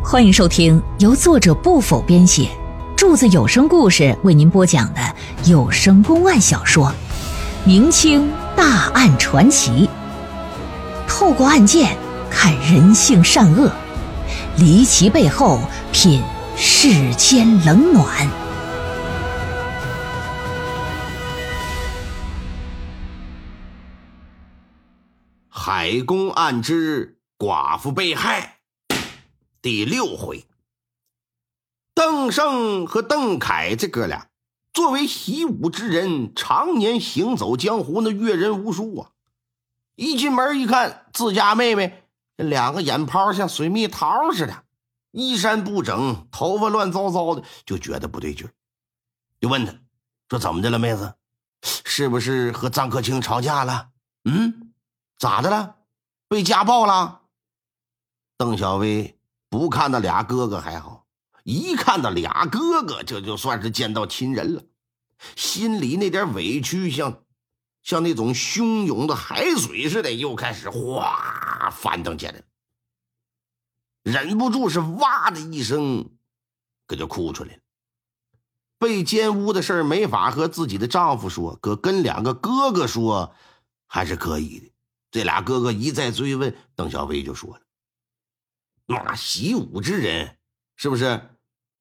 欢迎收听由作者不否编写，柱子有声故事为您播讲的有声公案小说《明清大案传奇》，透过案件看人性善恶，离奇背后品世间冷暖。 海公案之寡妇被害第6回。邓胜和邓凯这哥俩作为习武之人，常年行走江湖，那阅人无数啊。一进门一看自家妹妹，这两个眼泡像水蜜桃似的，衣衫不整，头发乱糟糟的，就觉得不对劲，就问他说：“怎么的了，妹子？是不是和张克清吵架了？咋的了？被家暴了？”邓小薇不看那俩哥哥还好，一看到俩哥哥，这就算是见到亲人了，心里那点委屈像那种汹涌的海水似的，又开始哗翻腾起来，忍不住是哇的一声可就哭出来了。被奸污的事儿没法和自己的丈夫说，可跟两个哥哥说还是可以的。这俩哥哥一再追问，邓小薇就说了：“那习武之人是不是？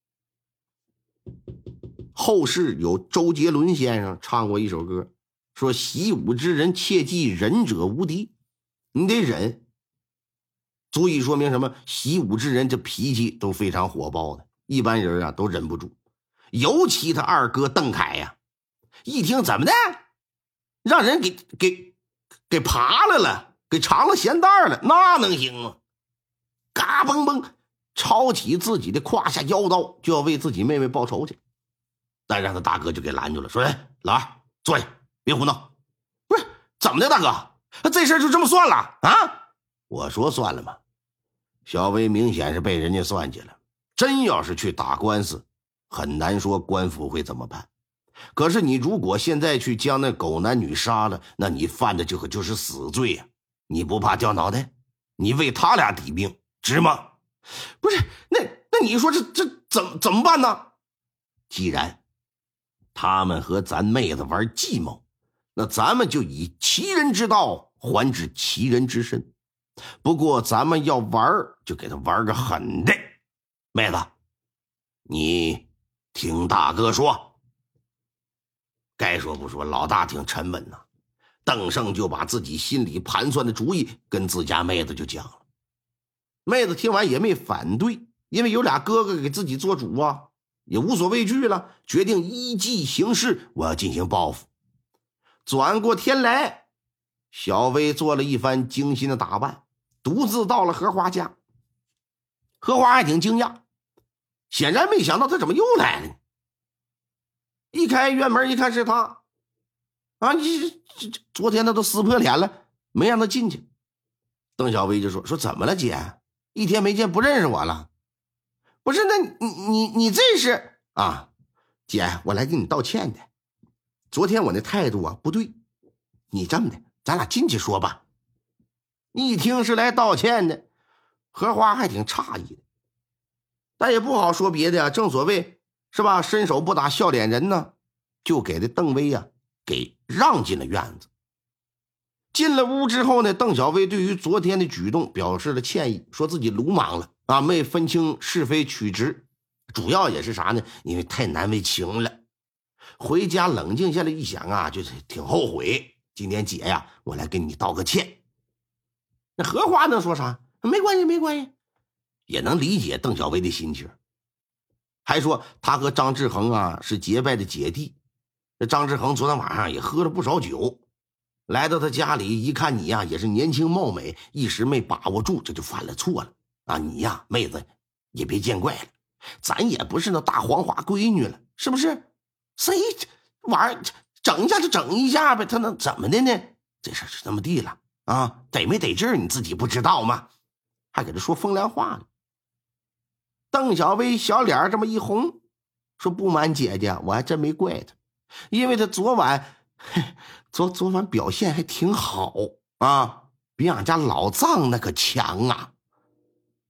后世有周杰伦先生唱过一首歌，说习武之人切记忍者无敌，你得忍。足以说明什么？习武之人这脾气都非常火爆的，一般人啊都忍不住。尤其他二哥邓凯呀，一听怎么的，让人给扒来了，给尝了咸淡了，那能行吗？嘎嘣嘣抄起自己的胯下腰刀，就要为自己妹妹报仇去。但让他大哥就给拦住了，说：“哎，老二，坐下，别胡闹。不是怎么的，大哥，这事儿就这么算了啊？”我说算了嘛。小薇明显是被人家算计了，真要是去打官司，很难说官府会怎么办。可是你如果现在去将那狗男女杀了，那你犯的这可就是死罪呀！你不怕掉脑袋？你为他俩抵命，值吗？不是，那你说这怎么办呢？既然他们和咱妹子玩计谋，那咱们就以其人之道还治其人之身。不过咱们要玩，就给他玩个狠的。妹子，你听大哥说。该说不说，老大挺沉稳呐。邓胜就把自己心里盘算的主意跟自家妹子就讲了。妹子听完也没反对，因为有俩哥哥给自己做主啊，也无所畏惧了，决定依计行事，我要进行报复。转过天来，小薇做了一番精心的打扮，独自到了荷花家。荷花还挺惊讶，显然没想到他怎么又来了呢。一开院门一看是他啊，昨天他都撕破脸了，没让他进去。邓小薇就说怎么了姐，一天没见不认识我了？不是，那你这是啊？姐，我来给你道歉的，昨天我那态度啊不对，你这么的，咱俩进去说吧。一听是来道歉的，荷花还挺诧异的，但也不好说别的啊，正所谓是吧，伸手不打笑脸人呢，就给这邓薇啊给让进了院子。进了屋之后呢，邓小薇对于昨天的举动表示了歉意，说自己鲁莽了啊，没分清是非曲直，主要也是啥呢？因为太难为情了。回家冷静下来一想啊，就是挺后悔。今天姐呀，我来跟你道个歉。那荷花能说啥？没关系没关系，也能理解邓小薇的心情。还说他和张志恒啊是结拜的姐弟，这张志恒昨天晚上也喝了不少酒，来到他家里一看你呀也是年轻貌美，一时没把握住，这就犯了错了啊！你呀妹子也别见怪了，咱也不是那大黄花闺女了，是不是？谁玩意整一下就整一下呗，他能怎么的呢？这事是这么地了啊，得没得劲儿你自己不知道吗？还给他说风凉话呢。邓小薇小脸这么一红，说不瞒姐姐，我还真没怪他，因为他昨晚表现还挺好啊，比俺家老藏那可强啊。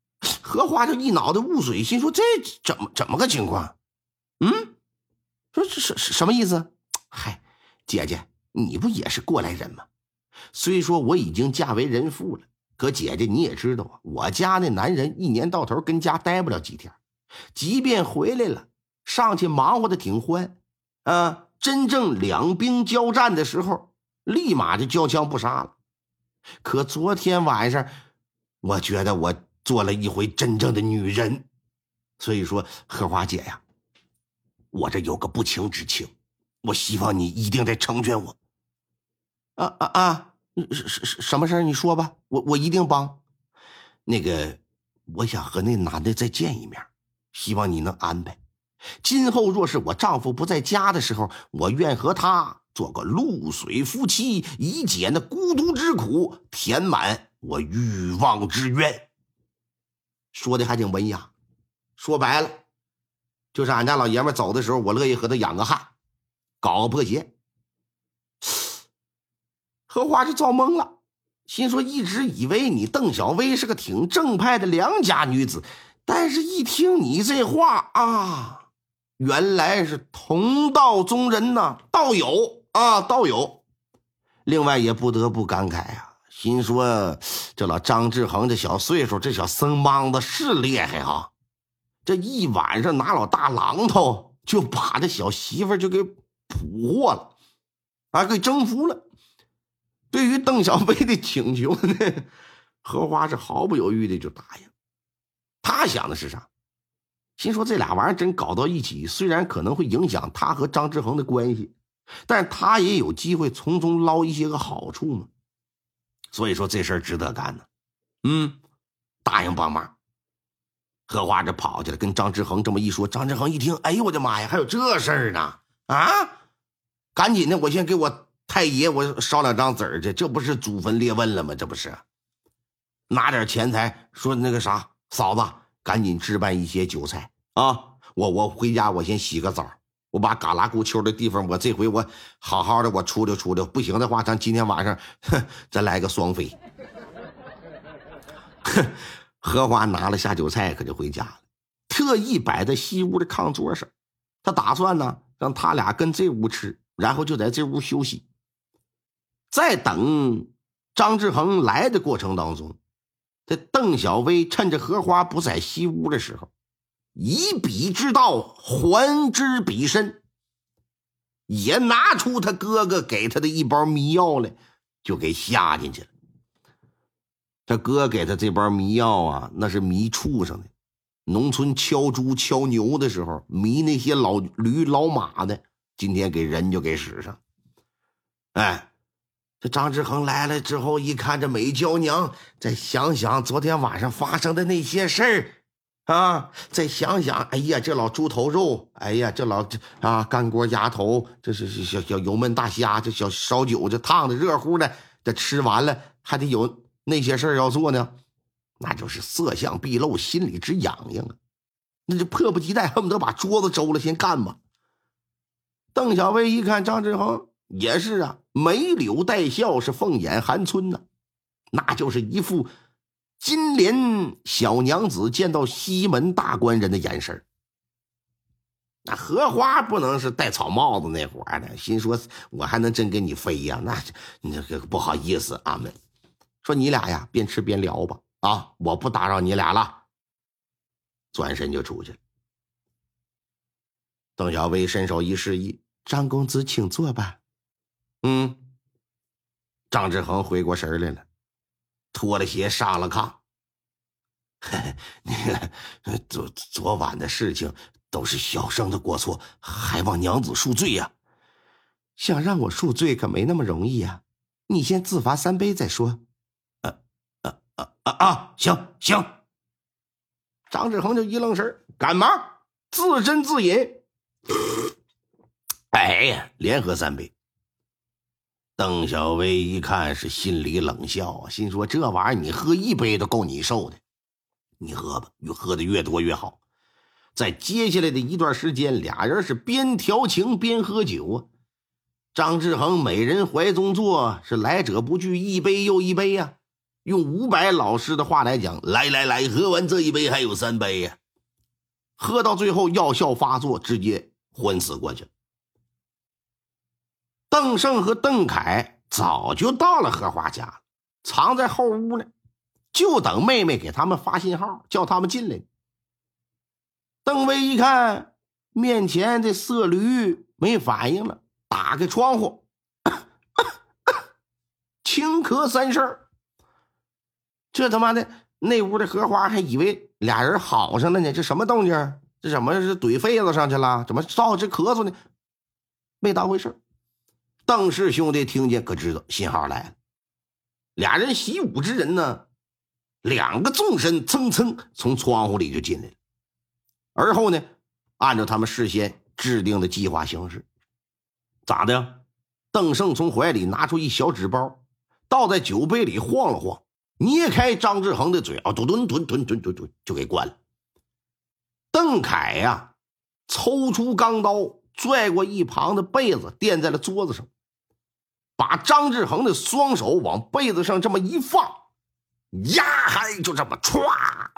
荷花就一脑袋雾水，心说这怎么个情况？说什么意思？嗨，姐姐，你不也是过来人吗？虽说我已经嫁为人妇了，可姐姐你也知道啊，我家那男人一年到头跟家待不了几天，即便回来了，上去忙活的挺欢啊，真正两兵交战的时候，立马就交枪不杀了。可昨天晚上，我觉得我做了一回真正的女人。所以说，荷花姐呀，我这有个不情之请，我希望你一定得成全我。什么事儿？你说吧，我一定帮。那个，我想和那男的再见一面，希望你能安排。今后若是我丈夫不在家的时候，我愿和他做个露水夫妻，以解那孤独之苦，填满我欲望之愿。说的还挺文雅，说白了就是俺家老爷们走的时候，我乐意和他养个汉，搞个破鞋。荷花就造懵了，心说一直以为你邓小薇是个挺正派的良家女子，但是一听你这话啊，原来是同道中人呐，道友啊，道友。另外也不得不感慨啊，心说这老张志恒这小岁数，这小僧帮子是厉害啊，这一晚上拿老大榔头就把这小媳妇就给捕获了，给征服了。对于邓小薇的请求呢，荷花是毫不犹豫的就答应。他想的是啥？心说这俩玩意儿真搞到一起，虽然可能会影响他和张志恒的关系，但他也有机会从中捞一些个好处嘛。所以说这事儿值得干呢。答应帮忙。荷花这跑去了，跟张志恒这么一说，张志恒一听，哎呦我的妈呀，还有这事儿呢赶紧的，我先给我太爷我烧2张子儿去，这不是祖坟列问了吗？这不是拿点钱财，说那个啥，嫂子赶紧置办一些酒菜啊！我回家我先洗个澡，我把嘎拉咕秋的地方，我这回我好好的我出溜，不行的话，咱今天晚上咱来个双飞。荷花拿了下酒菜可就回家了，特意摆在西屋的炕桌上，他打算呢让他俩跟这屋吃，然后就在这屋休息。在等张志恒来的过程当中，这邓小薇趁着荷花不在西屋的时候，以彼之道还之彼身，也拿出他哥哥给他的一包迷药来，就给下进去了。他哥给他这包迷药啊，那是迷畜生的，农村敲猪敲牛的时候迷那些老驴老马的，今天给人就给使上。这张志恒来了之后，一看这美娇娘，再想想昨天晚上发生的那些事儿再想想，哎呀这老猪头肉，哎呀这老干锅鸭头，这是小油焖大虾，这小烧酒，这烫的热乎的，这吃完了还得有那些事儿要做呢，那就是色相毕露，心里直痒痒那就迫不及待恨不得把桌子周了先干吧。邓小薇一看张志恒也是眉柳带笑，是凤眼含春那就是一副金莲小娘子见到西门大官人的眼神。那荷花不能是戴草帽子那会儿的，心说我还能真跟你飞呀？那你这不好意思阿们，说你俩呀边吃边聊吧我不打扰你俩了，转身就出去了。邓小薇伸手一示意，张公子请坐吧。张志恒回过神来了，脱了鞋上了炕。那个昨晚的事情都是小生的过错，还望娘子恕罪呀。想让我恕罪可没那么容易呀，你先自罚3杯再说。行。张志恒就一愣神，干嘛？自斟自饮。哎呀，连喝3杯。邓小薇一看是心里冷笑心说这玩意儿你喝1杯都够你受的，你喝吧，喝的越多越好。在接下来的一段时间，俩人是边调情边喝酒张志恒美人怀中坐，是来者不拒，1杯又1杯用伍佰老师的话来讲，来来来，喝完这一杯还有3杯呀。喝到最后药效发作，直接昏死过去了。邓胜和邓凯早就到了荷花家了，藏在后屋呢，就等妹妹给他们发信号，叫他们进来。邓威一看面前这色驴没反应了，打开窗户轻咳3声。这他妈的那屋的荷花还以为俩人好上了呢，这什么动静？这怎么是怼痱子上去了？怎么照这咳嗽呢？没当回事。邓氏兄弟听见可知道信号来了，俩人习武之人呢，2个纵身蹭蹭从窗户里就进来了。而后呢，按照他们事先制定的计划行事。咋的？邓胜从怀里拿出一小纸包，倒在酒杯里晃了晃，捏开张志恒的嘴，蹲就给灌了。邓凯呀，抽出钢刀，拽过一旁的被子垫在了桌子上，把张志恒的双手往被子上这么一放，呀嗨，就这么歘，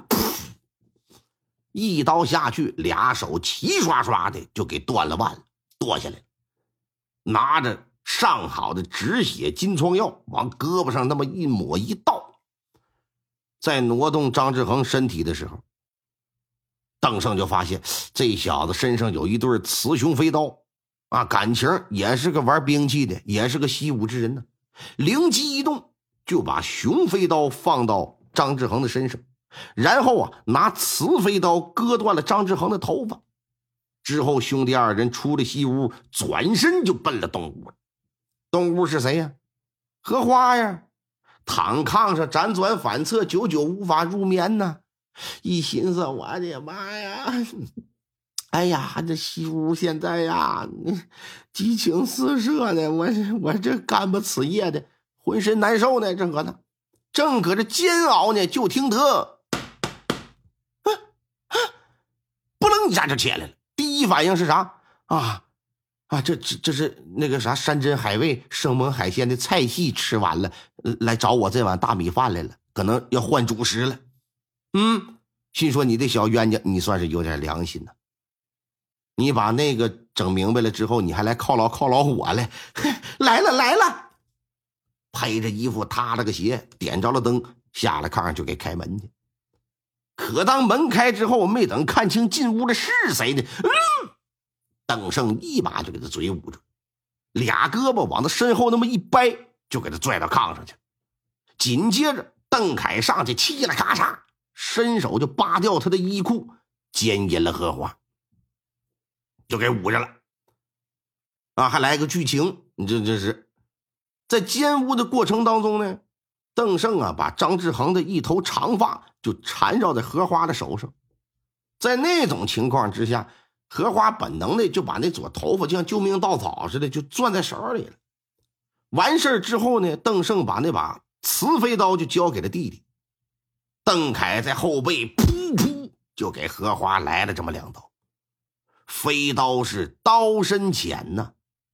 一刀下去，俩手齐刷刷的就给断了腕了，剁下来，拿着上好的止血金疮药往胳膊上那么一抹一倒。在挪动张志恒身体的时候，邓胜就发现这小子身上有一对雌雄飞刀啊，感情也是个玩兵器的，也是个习武之人呢。灵机一动，就把雄飞刀放到张志恒的身上，然后啊，拿雌飞刀割断了张志恒的头发。之后兄弟2人出了西屋，转身就奔了东屋。东屋是谁呀？荷花呀，躺炕上辗转反侧，久久无法入眠呢。一寻思，我的妈呀，哎呀，这西屋现在呀激情四射的，我这干巴此夜的浑身难受呢，正搁这煎熬呢，就听得不楞一下就起来了。第一反应是啥这是那个啥山珍海味生猛海鲜的菜系吃完了，来找我这碗大米饭来了，可能要换主食了。心说你这小冤家，你算是有点良心呢。你把那个整明白了之后，你还来犒劳我来，来了，拍着衣服踏了个鞋，点着了灯，下了炕上就给开门去。可当门开之后，没等看清进屋的是谁呢，邓胜一把就给他嘴捂住，俩胳膊往他身后那么一掰，就给他拽到炕上去。紧接着邓凯上去嘁了咔嚓，伸手就扒掉他的衣裤，奸淫了荷花，就给捂着了还来个剧情，这是在奸污的过程当中呢，邓胜把张志恒的一头长发就缠绕在荷花的手上。在那种情况之下，荷花本能的就把那撮头发就像救命稻草似的就攥在手里了。完事之后呢，邓胜把那把雌飞刀就交给了弟弟，邓凯在后背噗就给荷花来了这么2刀。飞刀是刀深浅呢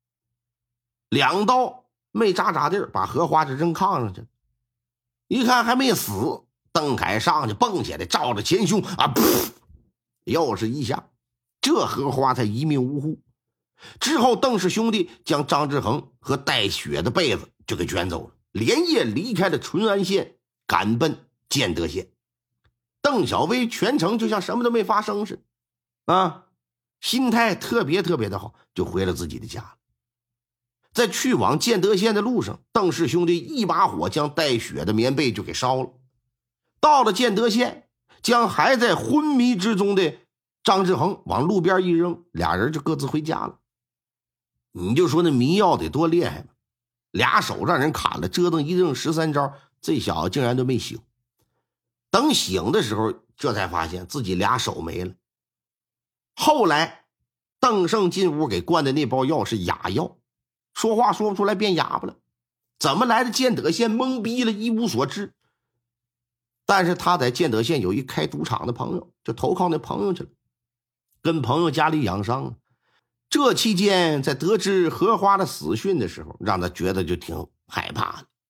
，2刀没扎地儿，把荷花就扔炕上去了。一看还没死，邓凯上去蹦起来，照着前胸又是一下，这荷花才一命呜呼。之后邓氏兄弟将张志恒和带血的被子就给卷走了，连夜离开了淳安县，赶奔建德县。邓小薇全程就像什么都没发生似的心态特别的好，就回了自己的家了。在去往建德县的路上，邓氏兄弟一把火将带血的棉被就给烧了。到了建德县，将还在昏迷之中的张志恒往路边一扔，俩人就各自回家了。你就说那迷药得多厉害吧，俩手让人砍了，折腾一扔13招，这小子竟然都没醒。等醒的时候，这才发现自己俩手没了。后来邓胜进屋给灌的那包药是哑药，说话说不出来变哑巴了，怎么来的建德县懵逼了，一无所知。但是他在建德县有一开赌场的朋友，就投靠那朋友去了，跟朋友家里养伤。这期间在得知荷花的死讯的时候，让他觉得就挺害怕的。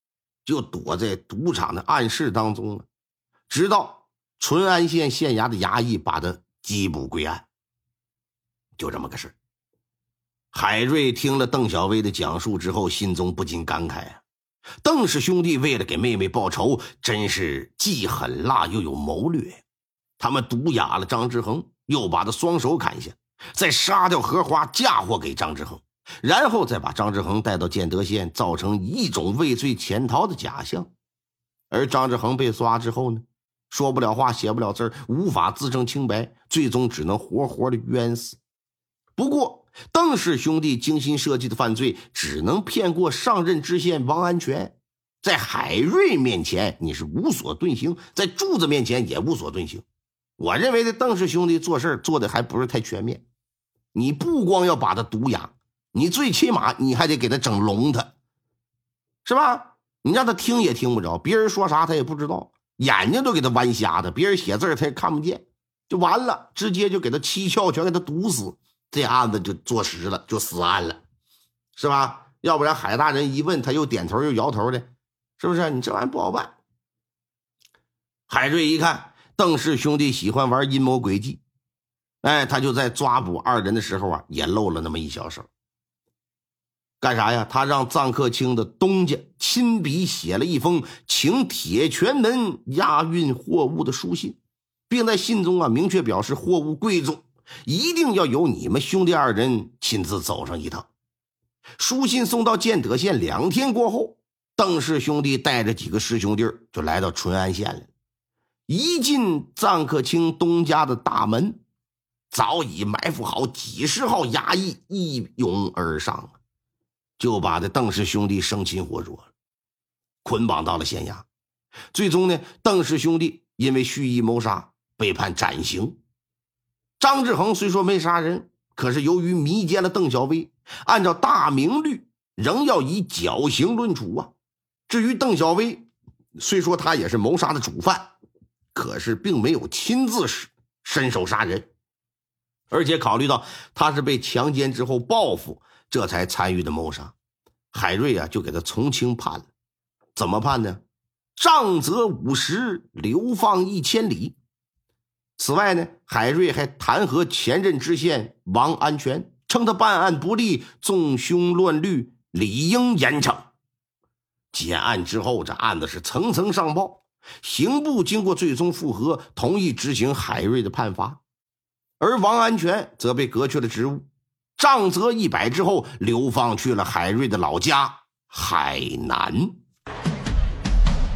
就躲在赌场的暗室当中了，直到淳安县县衙的衙役把他缉捕归案。就这么个事。海瑞听了邓小薇的讲述之后，心中不禁感慨啊，邓氏兄弟为了给妹妹报仇，真是既狠辣又有谋略。他们毒哑了张志恒，又把他双手砍下，再杀掉荷花嫁祸给张志恒，然后再把张志恒带到建德县，造成一种畏罪潜逃的假象。而张志恒被抓之后呢，说不了话，写不了字，无法自证清白，最终只能活活的冤死。不过邓氏兄弟精心设计的犯罪只能骗过上任知县王安全，在海瑞面前你是无所遁形，在柱子面前也无所遁形。我认为这邓氏兄弟做事做的还不是太全面，你不光要把他毒哑，你最起码你还得给他整聋他，是吧？你让他听也听不着，别人说啥他也不知道，眼睛都给他弯瞎的，别人写字他也看不见，就完了，直接就给他七窍全给他毒死，这案子就坐实了，就死案了，是吧？要不然海大人一问他又点头又摇头的，是不是？你这玩意不好办。海瑞一看邓氏兄弟喜欢玩阴谋诡计，他就在抓捕二人的时候也露了那么一小手。干啥呀？他让臧克清的东家亲笔写了一封请铁拳门押运货物的书信，并在信中明确表示货物贵重，一定要由你们兄弟二人亲自走上一趟。书信送到建德县2天过后，邓氏兄弟带着几个师兄弟就来到淳安县了。一进臧克清东家的大门，早已埋伏好几十号衙役一拥而上，就把这邓氏兄弟生擒活捉了，捆绑到了县衙。最终呢，邓氏兄弟因为蓄意谋杀被判斩刑。张志恒虽说没杀人，可是由于迷奸了邓小薇，按照大明律仍要以绞刑论处啊。至于邓小薇，虽说他也是谋杀的主犯，可是并没有亲自伸手杀人，而且考虑到他是被强奸之后报复，这才参与的谋杀。海瑞就给他从轻判了。怎么判呢？杖责50，流放1000里。此外呢，海瑞还弹劾前任知县王安全，称他办案不力，纵凶乱律，理应严惩。结案之后，这案子是层层上报，刑部经过最终复核，同意执行海瑞的判罚，而王安全则被革去了职务，杖责100之后流放去了海瑞的老家海南。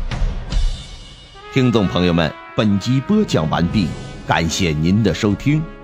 听众朋友们，本集播讲完毕，感谢您的收听。